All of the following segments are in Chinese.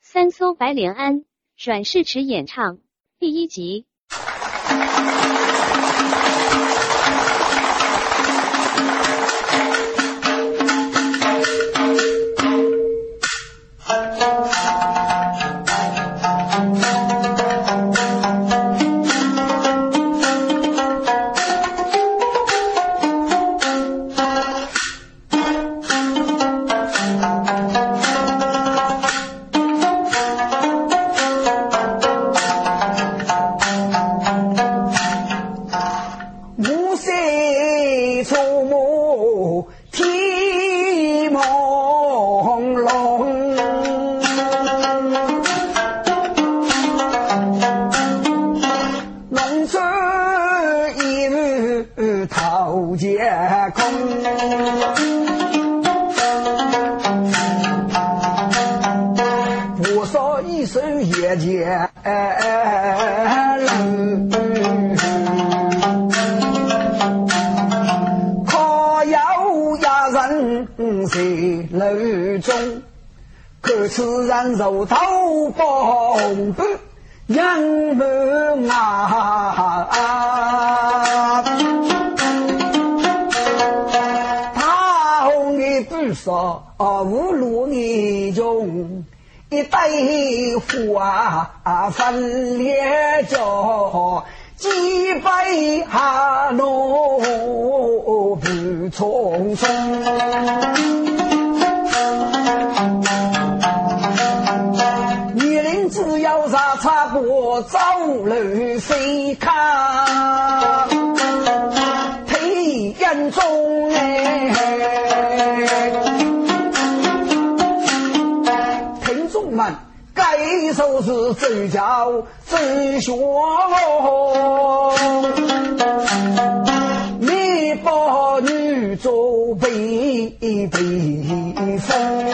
三艘白莲庵，阮世池演唱第1集。 此人肉头bom不杨门啊，他红的不少无路你中一代户分裂着几百哈罗不匆匆只要杀差不走路飞看陪眼中听众们该首是最叫最学你把女做悲风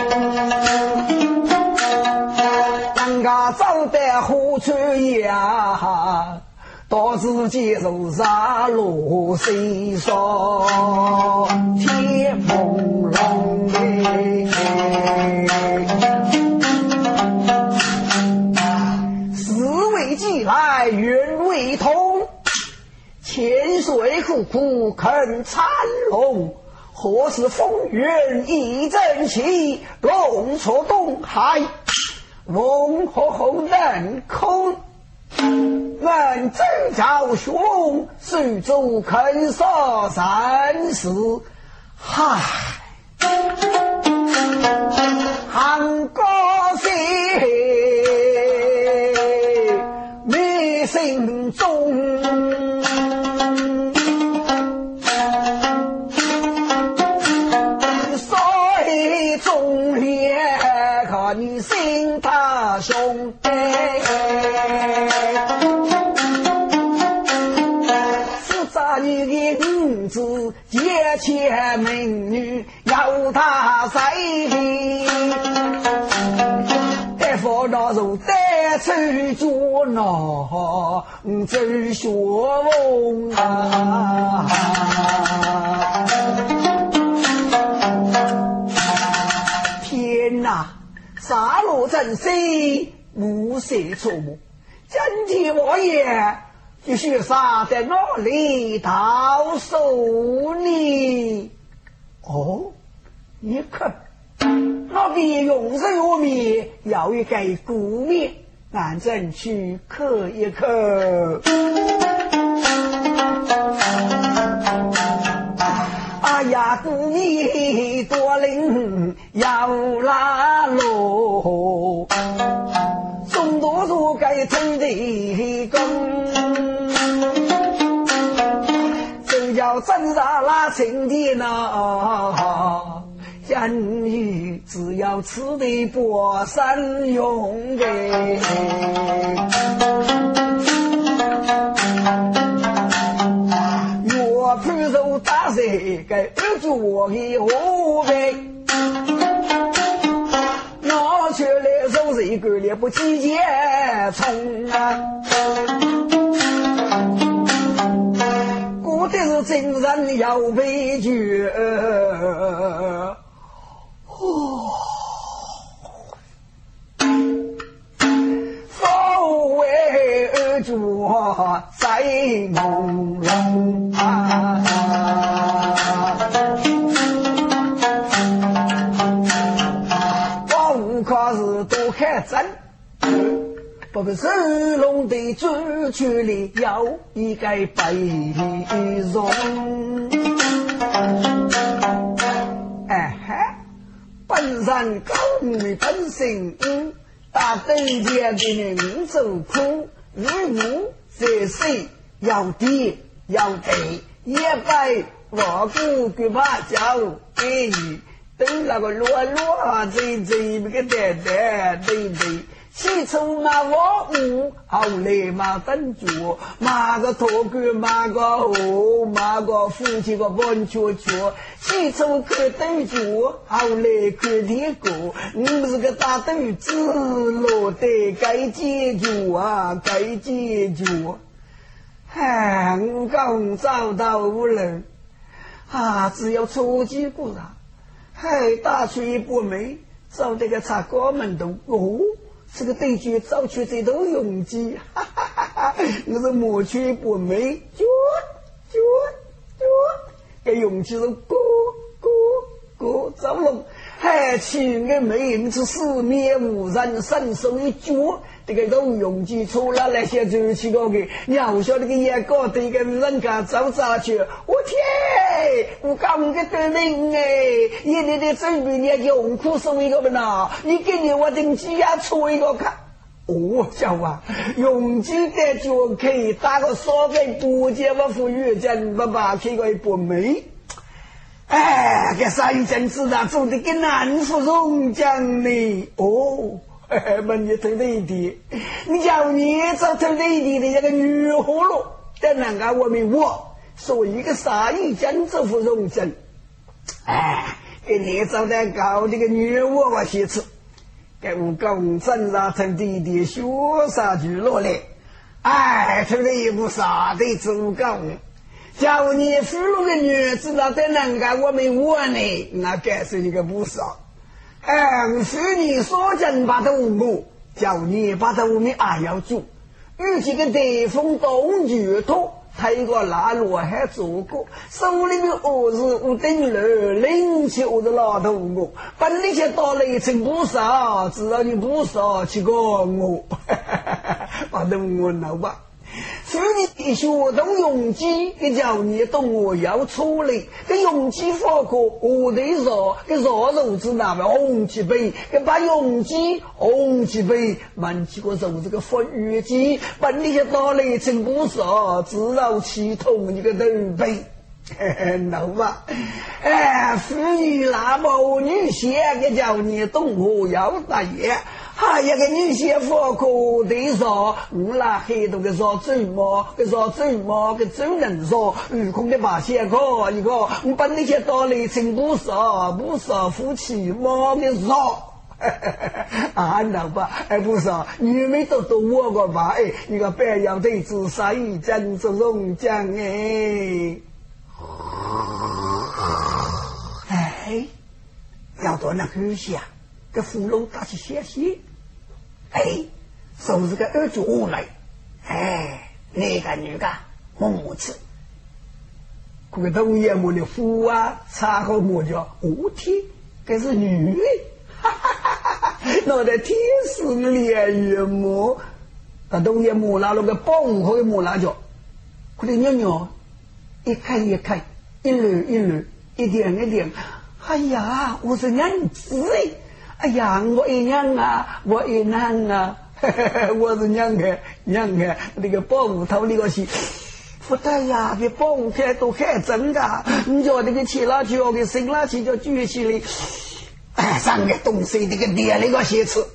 早得呼出呀，到自己手上落水说天朦胧的，思维既来缘未通，千水苦苦肯参龙，何时风云一阵起，龙出东海。翁和红人空问真朝雄水族肯杀三世嗨韩国戏你心中所以中烈看你心他兄弟是咱你的名字结切美女要他谁得佛那种得去做那真学问啊天哪杀戮真是无色错误，真体我也必须杀在哪里到手呢？哦，你看，那边永生我灭要一个故灭，俺正去看一看。哎呀，故灭多灵要拉路，众多数该成的功，这叫真杀拉成的呢。人鱼只要吃的薄山用的。我풀手打谁给二主我的后背拿去来手是一个也不季节冲啊古的是精神要被绝我在朦胧啊。我无可是多看真，不过是龙的主曲里有一个白容。本山高为本性大灯前的人走苦日无这水要低要低也该我姑姑把脚给你等那个落这个带对起初嘛我无后来嘛等住嘛个托哥嘛个后嘛个夫妻个半圈起初可等住后来可天过你不是个大斗子落得该解决啊该解决我刚找到人啊只要初级不然大出一波没找这个茶馆门洞这个对决早去这都用机哈哈哈哈我是抹去一波没这用机是咕走龙请个美人是四面无人伸手一脚这个都用机出来那些就去个给鸟小这个也搞的一个人家走去我天我刚个对人一年的准备你用苦手一个不呐你给你我定机呀出一个看叫啊用机的就可以打个所谓不接我富裕真爸爸开个一波没这三件事啊做的跟难说容讲呢问你推的一点你叫你这推的一点的这个女葫芦但那个我们说一个啥意见这副容真给你找点搞这个女我写词给我公正啦成弟弟学啥去落来推的一部啥的足够叫你俘虏的女子那在那个我们呢那该是一个不少是你说真把头目叫你把头目要住与这个地方东举头他一个拉罗还做过手里面是无等了领起我的老头目把那些到了一层不少知道你不少去个我把头目闹吧所以你学懂用机给叫你懂我要出来给用机发过我的热给热肉子那么红起杯给把用机红起杯满起个肉这个分月机把那些到了一层不少知道气痛一个头杯闹吧妇女那么女鞋给叫你懂我要大爷一个女些佛科的说那黑头的说最毛的说最毛的真人说空的把些个一个把那些道理成不少夫妻毛的说那吧不少你没都懂我个吧一个白羊对子杀一真是龙江要到那个下这芙蓉打起歇息手是个二主来那个女的母子这个东野木的夫插和木叫天这是女那在天使里野木东野木那个保护和木那叫这个鸟一看一看一缕一点我是娘子我一娘我一娘我是娘那个保护头那个是不对呀给保护开都开真的你叫那个起拉去给生拉去就举起来上个东西这个爹那个写词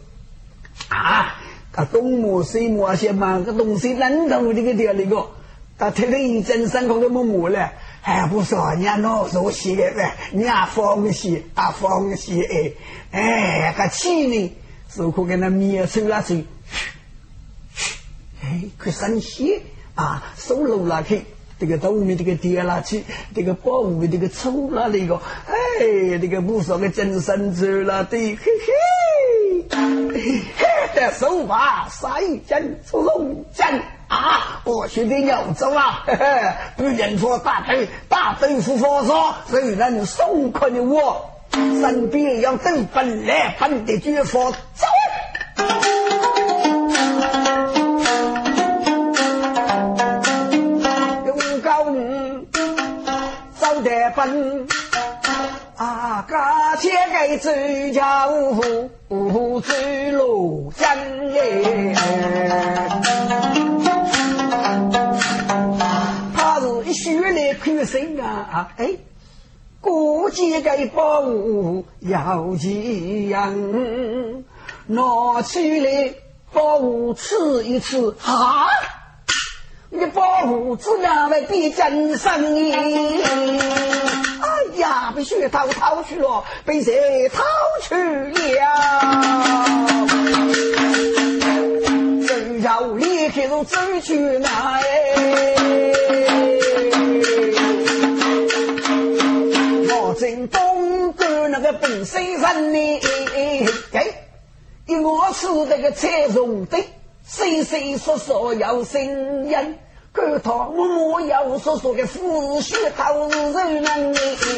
东木西木些嘛个东西难道这个爹那个他推了一针三口的木了不说人家那时候写的人家放弃个气呢是可跟他灭手了去可山西收楼了去这个东面这个跌了去这个保护这个抽了那个这个不说个真身子了对的手法杀一针出龙针啊，我学的鸟走啊，不认错大队副佛说，虽然送困的我，身边要等本来本的绝佛走。用高走得奔啊，家切给追家无追路真耶。学来看生啊，哎，估计该宝物要几样，拿起来宝物吃一吃啊！你宝物质量会比真生意，哎呀，被血掏去了，被谁掏去了？真要离开都走去哪正东哥那个本身人呢？因我是那个菜容的，谁说要生人，可他我要说个富血头人呢？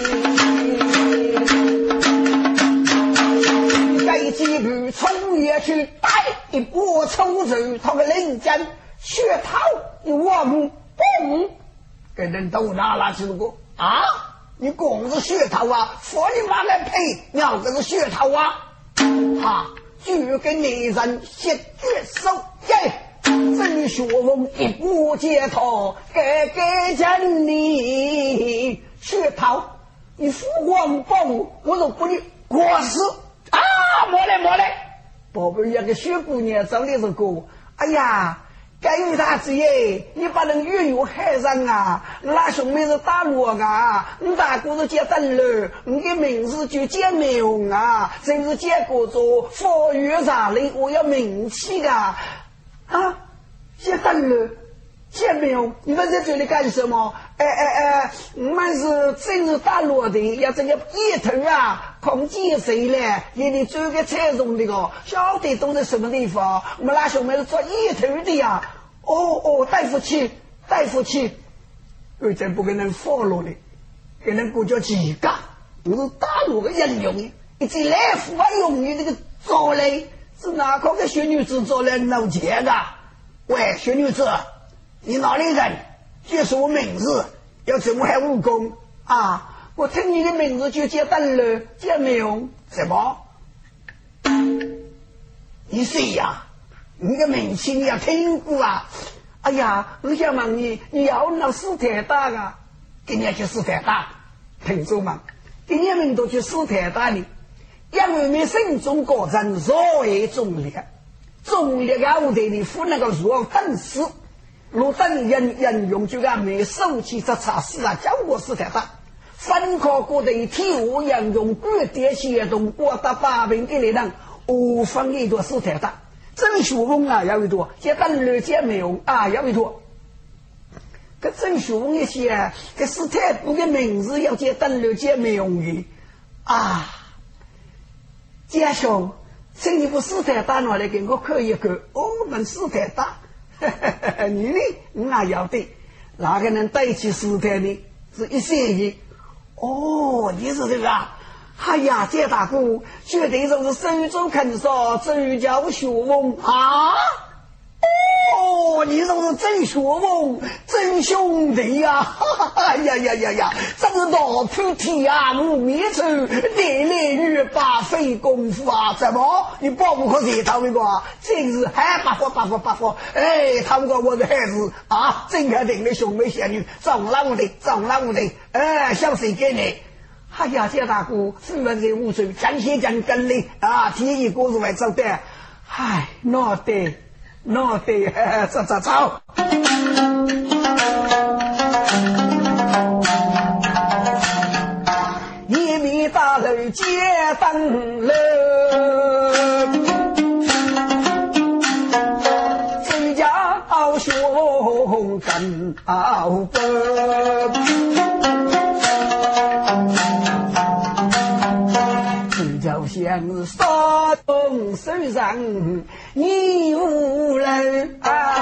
该几步冲也去带一波冲走他个人间血头一忘嘣，给人都拿去过啊！你公是血头啊，佛你妈来配，鸟个是血头啊！哈，就给女人血绝手耶！真学问一波接头，给真你血头，你父王帮我都不你过死啊！莫来，宝贝一个小姑娘找的是个，哎呀！该有啥子耶？你把人越有害人啊！那兄妹是大陆啊！你大哥是接灯了，你的名字就接美容啊！真是接过做佛学啥嘞？我要名气啊！啊，接灯了，接美容，你们在这里干什么？我们是真是大陆的，要这个一头啊，空气谁嘞？你做个菜种的个，晓得都在什么地方？我们那兄妹是做一头的呀。哦，大夫去，我真不跟人放落的，给人国家几个，我是大陆的人用的，一直来福啊用的这个招来，是哪个个小女子招来闹钱的？喂，小女子，你哪里人？介绍我名字，要怎么还武功啊？我听你的名字就接灯了，接美容，什么？你谁呀？你的名气你要听过啊！哎呀，我想问你，你要那四太大啊？今年去四太大，听说吗？今年们都去四太大呢，因为我们省中国人热爱中烈啊，我对你付那个热粉丝，如等人用这个没手气这查事啊，教我四太大。分考过的体育人用国点协同国达8名的人，无分一多四太大。郑学文啊，有一多，这等了解没有啊，有一多。这郑学文一些，这斯泰布的名字要接等了解没有的啊。家兄，请你不斯泰大拿来给我看一看，我们斯泰大，你呢？我也要的，哪个能带起斯泰呢？是一些亿。哦，你是这个啊？哎呀，这大哥绝对就是手中肯说周教学问啊！哦，你就是真学问，真兄弟呀！哎呀，这是老菩提啊，无灭处，历来欲把费功夫啊！怎么你报不可谁他们个？真是还八佛！哎，他们说我的孩子啊，真肯定的兄妹仙女，长老的，哎，向谁给你？哎呀，这大哥是人人无罪，讲些讲真理啊！提议故事来走的，嗨，那对，走。一米大楼街灯了，自家好兄跟好本。像是沙东用手上你无人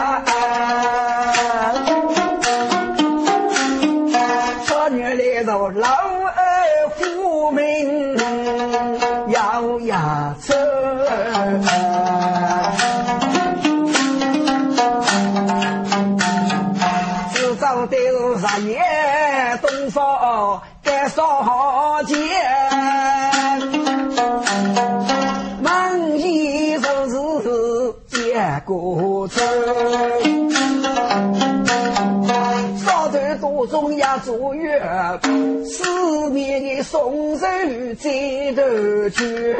少女来到老二虎门摇呀车制造的日夜东方该少见忙一手是结果子少得多中呀足月四面的松手接得去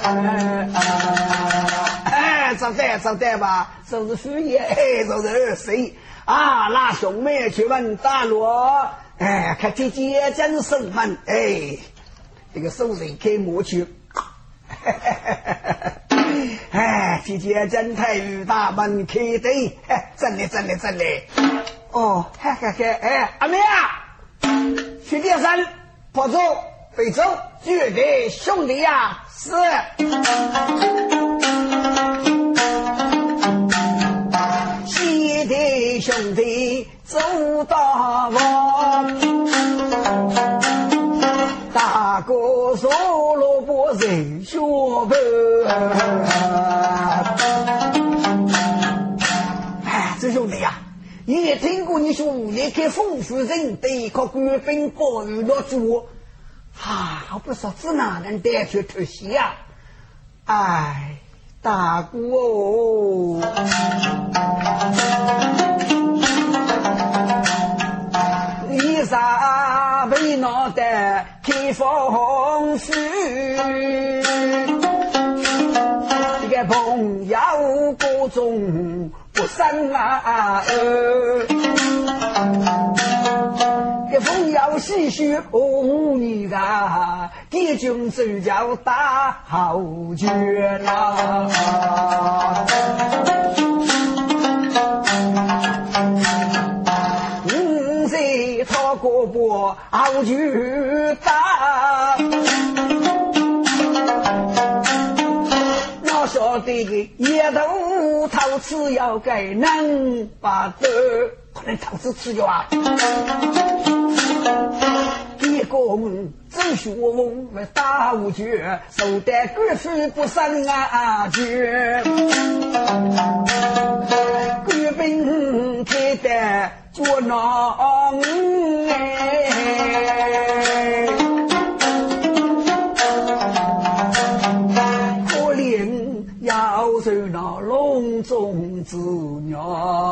长代吧就是副业就是谁啊那兄妹去问大罗看这姐真生闷这个手人开磨去姐姐真太与大门开的真的哦阿妹啊去电山跑走北周绝对兄弟呀是西的兄弟走大王大哥说萝卜人学本这兄弟呀也听过你说你看丰富人对靠官兵保育落主好不少只哪能带去突袭呀大哥哦你啥被脑袋开风水这个朋友各种不生这朋友唏嘘你的敌军手脚打好绝了他过波好巨大那晓得也都陶瓷要给能把的可能陶瓷吃掉一共真是我们大无绝手带官府不生绝官兵开的捉囊可怜要受那笼中之鸟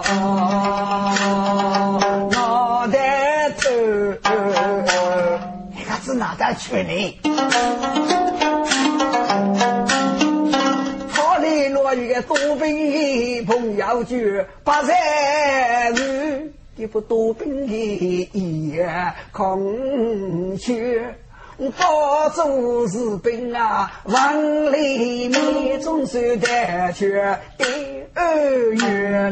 脑袋头你看是哪袋去呢好里落一个多兵朋友去把人一不多兵也抗去包中士兵往里面总是带去第二月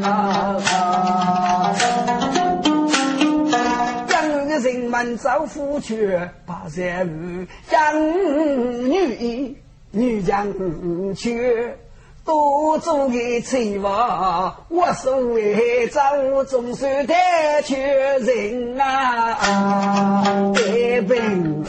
养个人们造福去把人养女将去多做个妻娃我所谓早总是带去人别病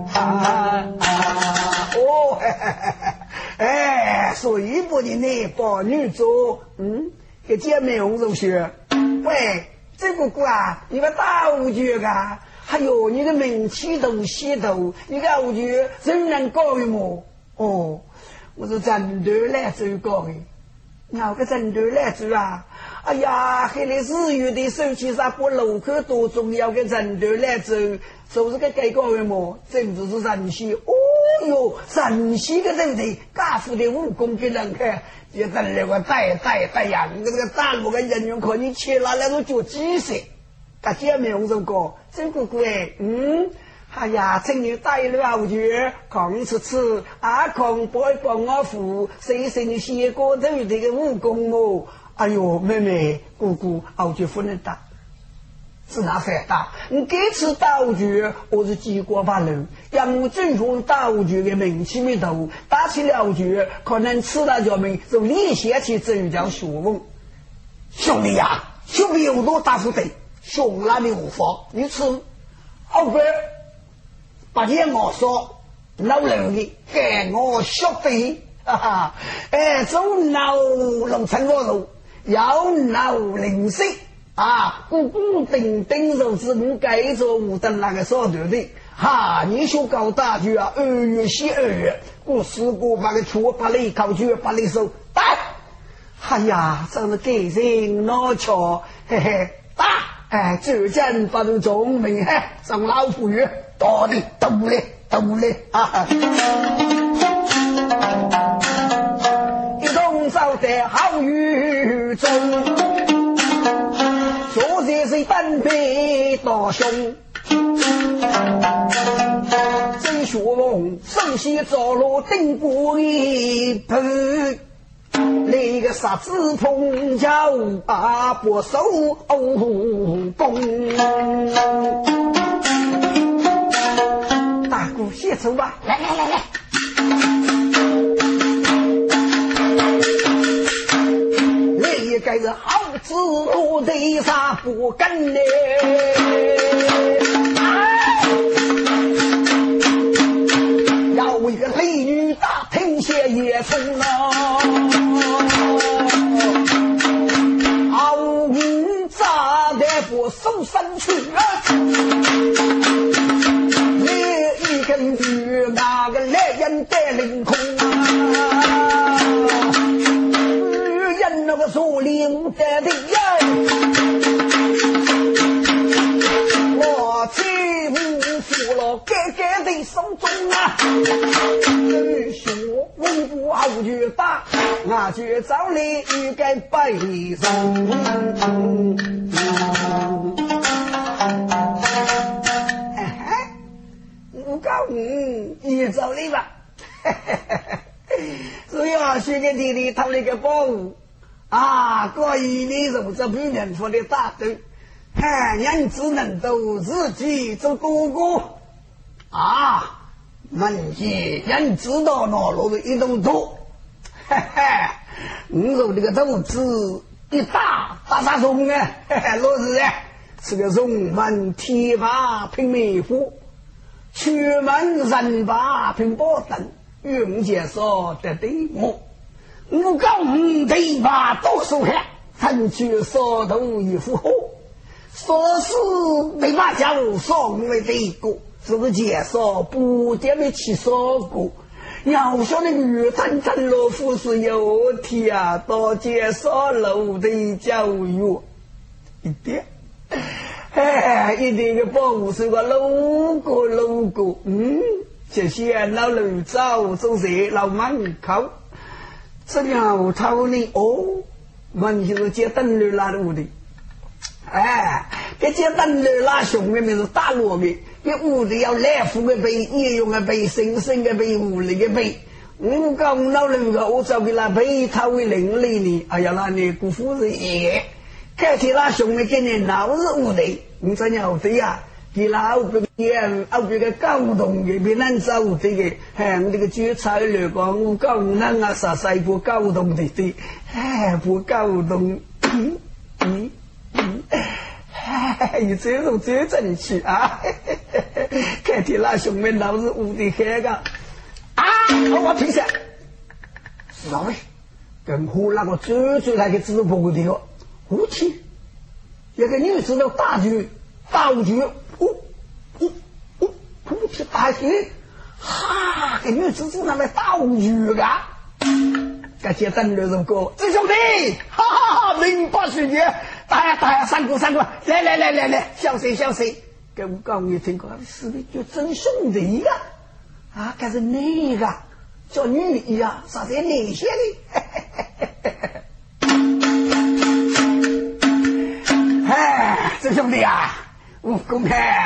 所以不你那把女做给姐妹红同学喂这个姑你们大无觉还有你的名气都吸头你看我觉得真能高一么我是战斗来走高的哪个战斗来走哎呀黑的日语的手机上不楼口多重要的战斗来走就是个改高的么真就是山西山西的人的家父的武功给人看也等那个带呀这个大陆的人员可你去了那种就几岁大姐妹用这个真姑姑哎呀趁你带了我觉扛吃扛帮我扶谁你写过都这个武功哎呦妹妹姑姑我就不能打是那反大，你这次道具我是几国八路，让我正宗道具的名气没头，打起了局，可能吃了叫命，就立下去这叫学问。兄弟呀，兄弟有多大副队，兄那里无法，你吃，后边把这我说老人的给我学费，哈哈，走老农村我路，要老零碎。啊，固固定定就是你该做五等那个所对的，哈，你说搞大局啊，2月写2月，我试过把个错把你考据把你收，打，哎呀，真是给人闹巧，嘿嘿，打，这阵不能聪明，嘿，上老虎鱼，多的啊，一动手在好雨中。昨日是单臂大雄，真学问圣西走路定过一盆，那个啥子碰巧啊不手工，大姑谢走吧，来，那个是好子路的啥不干呢？要一个美女大天蝎也从啊，好炸的不受身去啊！你一根鱼那个来人带领空啊！那个树林的敌人，我欺负服了哥哥的手中啊！真说文武好绝大，我却找你一个白人。我告你，你找你吧。所以啊，学个弟弟他那个宝物。啊，关于你怎么这别人说的大队，人只能都自己做哥哥啊，问题人知道哪路的一动多，你说这个斗志一打啥中啊，老子啊是个rom门铁马拼美虎，出门人把拼波等，用介绍的对目。我告你对吧都是看分去所头与负后说是没把讲送为这个是不介绍不点没去说过要说那个鱼tantan罗夫是有题啊多介绍楼的教育一点一点个保护是个 logo 这些老人早做些老门口这样他呢哦问题是接灯笼拉的屋的这接灯笼拉熊的是大罗的这屋的要来福的背也用的背生生的背屋里的背我讲老人个我找给他背他会领里呢哎呀那你姑父是也开始拉熊的给你老是屋的你这样对呀给老不也เอา这个高动的别人走这个这个决策来讲我讲那啊啥啥不高动的不高动你这种这正气啊开始拉熊的老是屋的开个我平时是啊喂跟湖那个最那个直播的个我去一个女子的大局道具不去大学哈给女子那么道具啊感谢邓六荣哥这兄弟哈哈哈明白学姐大家三个来小谁跟我讲你听过是的就真兄弟啊可是那个叫女的呀啥子那些的这兄弟啊武功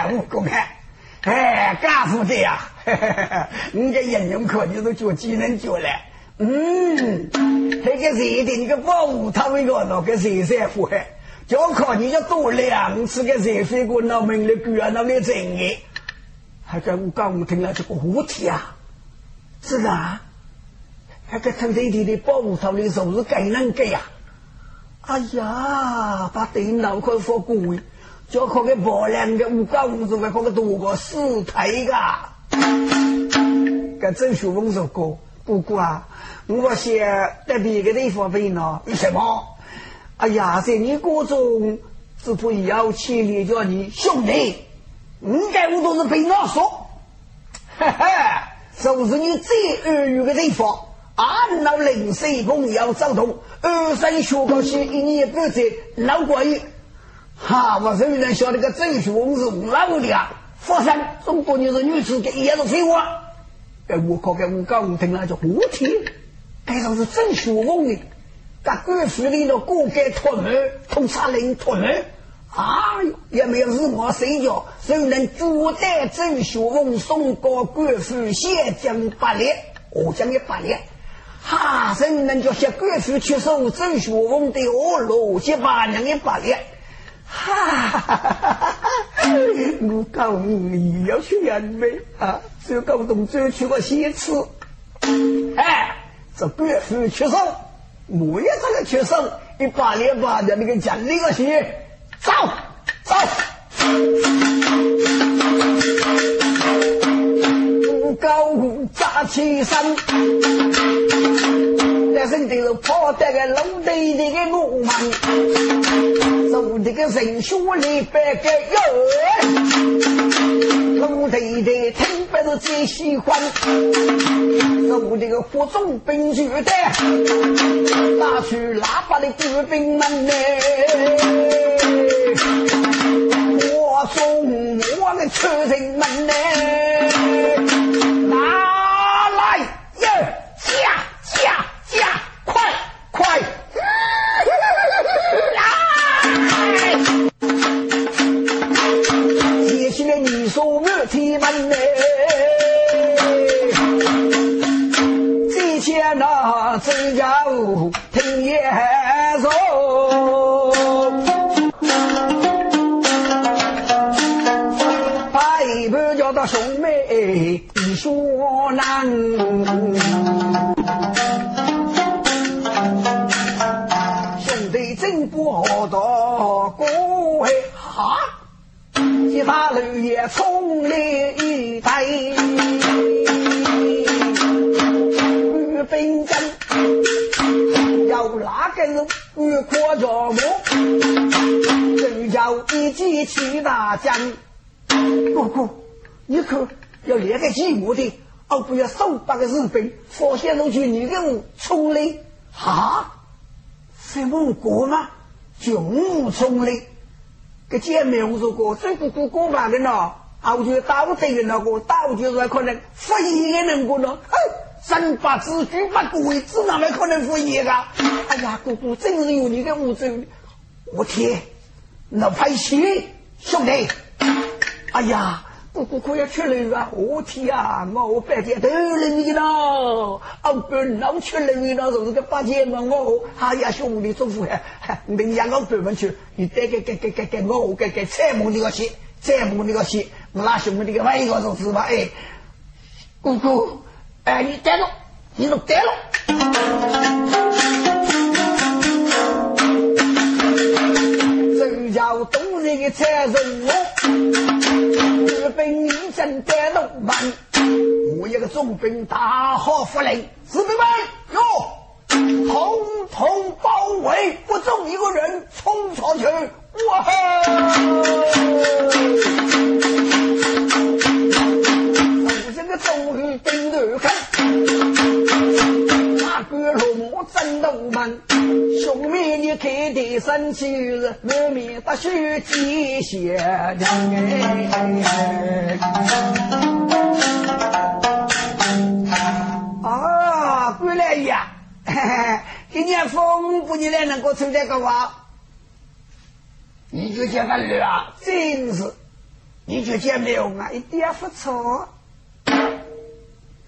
干副的呀你这应用课你都做技能做了那个谁的那个保护他们个那个谁服就靠你就多2次的热飞过那门的鬼啊，那里整的，还跟我讲听了这个话题啊，是啊，还跟他这里的包头的手是该能给呀，哎呀，把电脑快发过，就靠个保良的我讲是为靠个多个死台噶，跟郑学峰说过，不过啊，我想在别的地方被呢，为什么？哎呀，在你国中只不要起来叫你兄弟，应该我都是被我说，哈哈，就是你最耳语的地方，俺老零碎朋友走动，2、3学高些1年半载老过于，哈，我虽然晓得个郑学峰是老的啊，佛山中国女是女子给也是废话，我靠给我讲听了就不听，该说是郑学峰的。在官府里头过街脱门，通查令脱门，啊，也没有日我睡觉，谁能主带郑学峰送过官府县将8列，我将也8列，哈，谁能叫些官府去收郑学峰的二路去8年也8列，哈哈哈哈哈！我告你要去演没啊？只搞不懂这去过些次，哎，这官府去收。我也这个学生，100年8年那个奖励个些，走走，高扎起身，但是你都跑在个楼地的个路门，走这个人数里边个人，楼地的听不是最喜欢，走这个火中兵局的。打去喇叭的士兵们呢，我送我的车人们呢，拿来呀，加，快，来！接下来你说我提们呢？那只要听耶稣，拜不叫他兄妹一说难，兄弟真不好的过会哈，其他人也从里一代。兵争要哪个人越过着我，就要一起去打仗。不过，你可要连个寂寞的，而不要手把个日本发现出去你跟冲嘞啊？什么国吗？就冲嘞！个见面我说过，最不过过把的呢，我就到对的那个，到就是可能不一个人过呢。3把字句把各位字哪来可能不一个？哎呀，姑姑真是有你的物质，我天，那拍戏兄弟，哎呀，姑姑可要出来啊！我天啊，我白天都了你了，本老出来了，就是个八戒嘛我，哎呀兄弟，祝福明天我本门去，你带给我给采木那个戏，采木那个戏，我拉兄弟个外一个就是吧？哎，姑姑。哎，你带了，你都带了。只要东人的财人我，日本一阵带动慢，我一个重兵大号发令，士兵们哟，统统包围，不中一个人冲上去，哇这个终于盯着看，那个龙战斗们，兄妹你看的生气了，外面大雪积雪啊，归来呀！今年风不你来能够出这个话，你就见个热，真是，你就见没有啊？一点不错。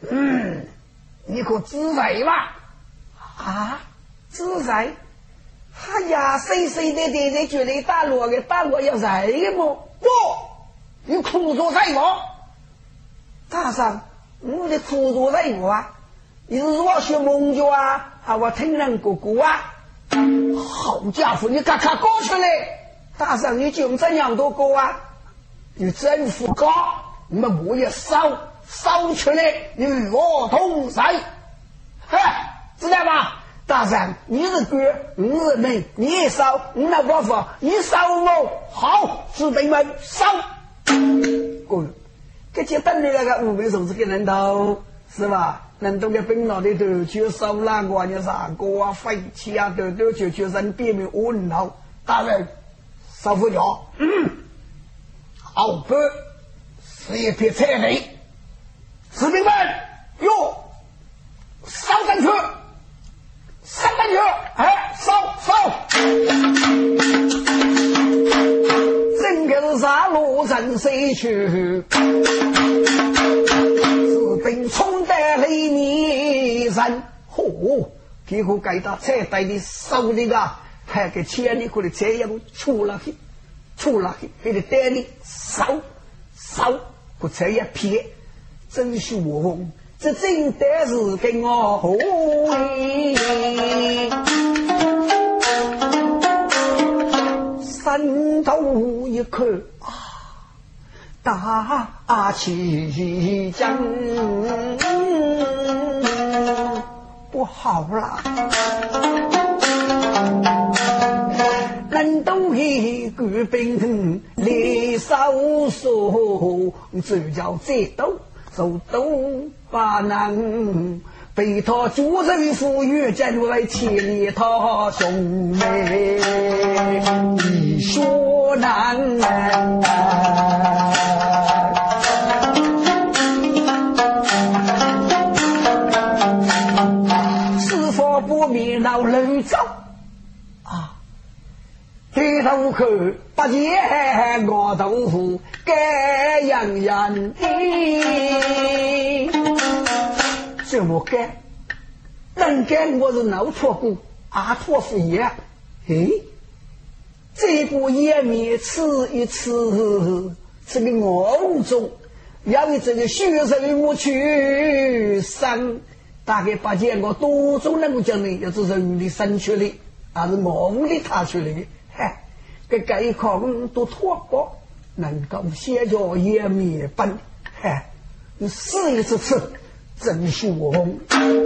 你可自在吧？啊，自在？ 哎呀，谁的觉得打落要来么？不，你苦着在我。大圣，我的苦着在我啊！你是我学蒙教啊，我听人哥哥啊。好家伙，你看看过去嘞！大圣，你就这样多高啊？你真不高，你们我也烧出来，你与我同在。哎，知道吧？大圣，你是哥，我是妹，你也烧，你那伯父，你烧我好，士兵们烧。滚！这些等你那个五位手指给人头，是吧？人都给兵脑的头去烧那个你啥个啊，废气啊，都就人边面温柔。大人，烧不了。好哥，是一片菜雷，士兵们哟，烧上去！上半去，哎，烧！整个杀戮人谁去？士兵冲得雷泥人，嚯！几乎该到车带的烧的个，还给钱你可能这样出了去，给你带你烧，不这样撇，真是我红。这真的是跟我好山头一看大气江不好了，人都一个兵离手手，只叫这都把难被他主人赋予真为千里他兄妹你说难是否不灭老人走啊低头去把夜我豆腐该人这么干能干我是脑错过阿托夫也这部页面吃一吃这个我中要为这个学生我去上大概把这我多中能够讲的要是人的生出来还是我的他出来的这个考都错过能够写着页面本你试一次真是我红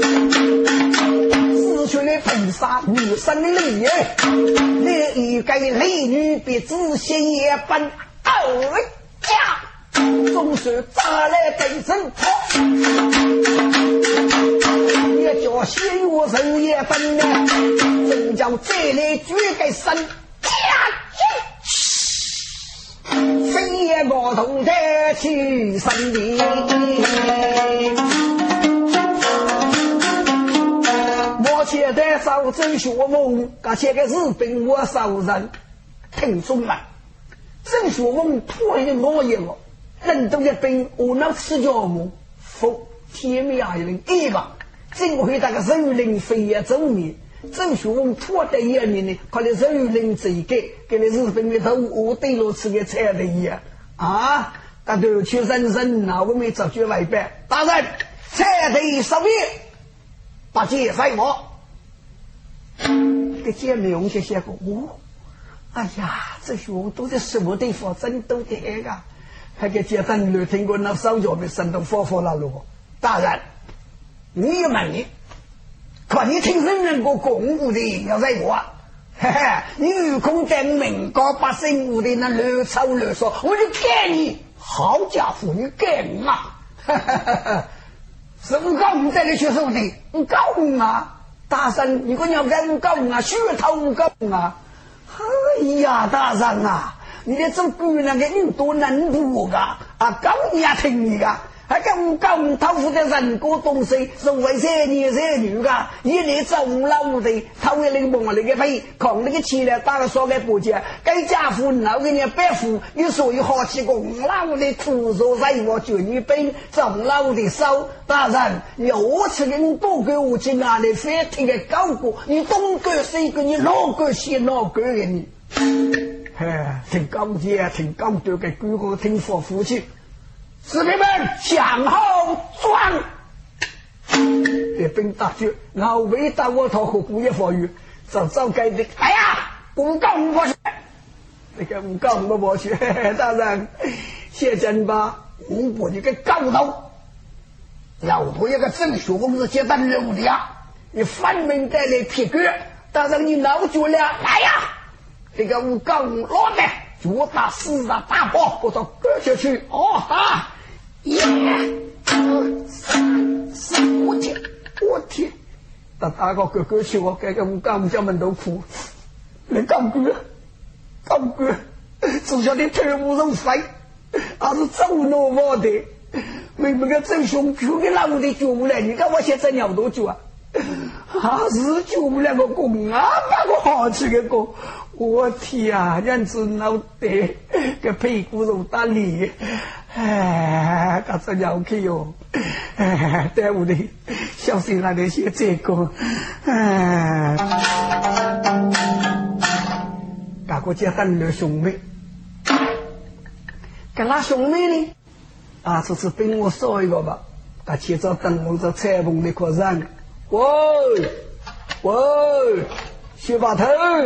四岁的喷杀女生的泪你一个雷女比自信也笨家总是炸来本身也叫心我人也笨呢真叫这里举给神非也我同的去神里我现在烧真学梦而且个日本我烧人听中了真学梦破一我也我人都在兵我那吃着梦福天命爱人一吧真会那个人灵飞也走你真学梦破的一面呢可能人灵这一个给你日本的头我对了吃个菜的一样大都去人我没找去外边大人菜的烧业把这塞我这些内容这些个哎呀这些我都在什么地方真都得个还给接单率听过那烧脚的神都佛了路大人你问你可你听人过公务的要在我你有空在民国百姓屋的那乱吵乱说我就给你好家伙你给你什么高你在这学生的你高大山你说要人高血头高哎呀大山你的这个那个你多难读高你也听你还跟讲他父的人过东西是为三年三女的，一来中老的，他为那个梦那个飞，扛那个起来打个双个不接，该家父老给你白父，你所以好起功老的徒手在我就你本中老的手，当然有次你多给我去哪里飞听个高过，你东个西个你老个西老个给你，哎，挺高阶挺高调的规划挺佛福气。士兵们向后转！这兵大军，我为大我头和古也法语，早该的。哎呀，不告我去！那个不告我去，当然，现在吧，我这个高头，要多一个正学公是接单任务的呀，你反面带来铁哥，当然你老住了，来呀！这个我告老的。脚打四大大炮，我到割下去！哦哈！耶！2、3、4，我天！我天！打个割去，我这个我刚家门都哭，你刚割，只晓得腿不能飞，还是走路我的，明明个真凶就给老的救不来，你看我现在尿多久啊？还是救不了个公啊，把个好吃的公。我天啊，人子脑袋个屁股都打裂，哎，这真要气哟！哎，对不对？小心那那些这个，哎，大国家当了兄妹，跟那兄妹呢？啊，这次跟我说一个吧，他去找等我这裁缝的客人，喂，学把头。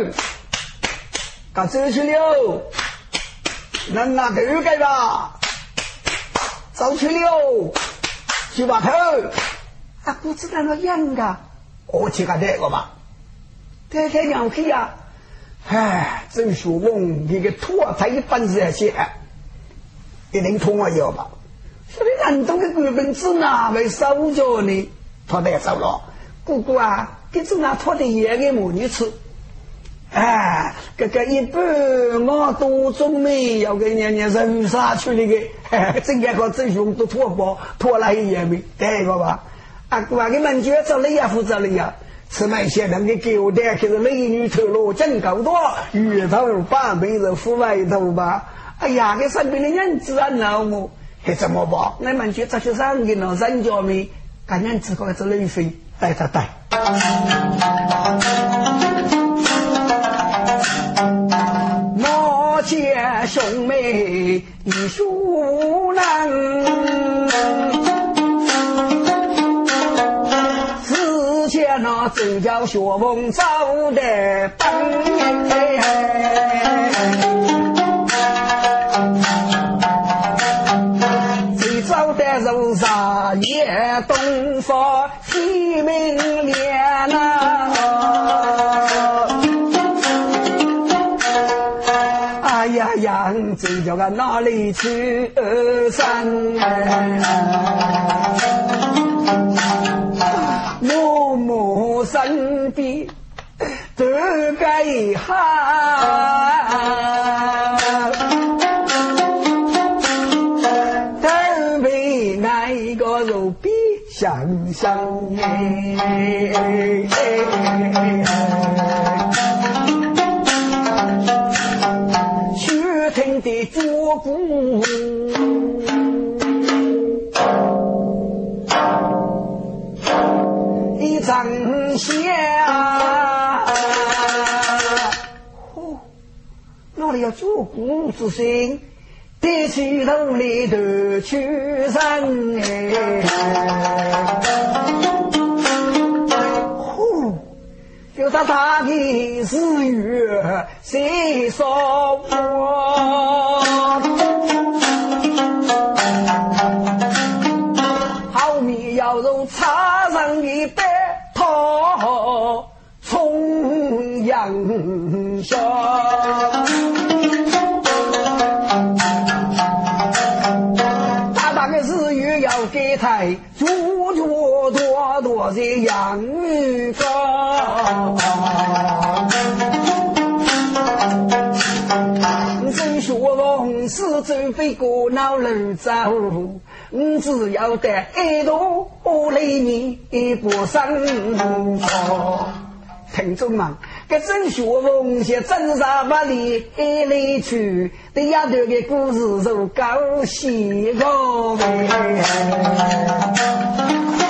他走去了，能拿头盖吧？走去了，去把头。啊，不知道那样的，我去看这个吧。太娘气呀！哎，真说梦，这个脱胎本事些，一定脱我腰吧？所以人都个根本子哪位收着呢？脱得走了，姑姑啊，给这那脱的也给母女吃。哎，这个一般我都中没有个年人杀去那个，真个个真凶都拖来也没对个吧？啊，我给门绝走了也负责了呀。此外些人的给我的可是美女头颅真够多，鱼头把妹子副外头吧。哎呀，这身边的人自然闹我，还怎么办？那门绝这些上给了人家没，感人这个是累废，带。见兄妹一书难，之前那真叫学问早的本，最早的肉啥也东方西明莲呐。样子叫个哪里去山？默默身边都该哈，都被那个肉比想象听的脚步，一张下，哪里有脚步之声？提起头里的去山就他大的是月谁说我好米要肉插上一杯头冲阳烧大的是月要给台多些养育高真说梦是真非过闹人走只要得一度来你不生听众们，这真学问些真啥把里来去，对丫头的故事就高兴哦。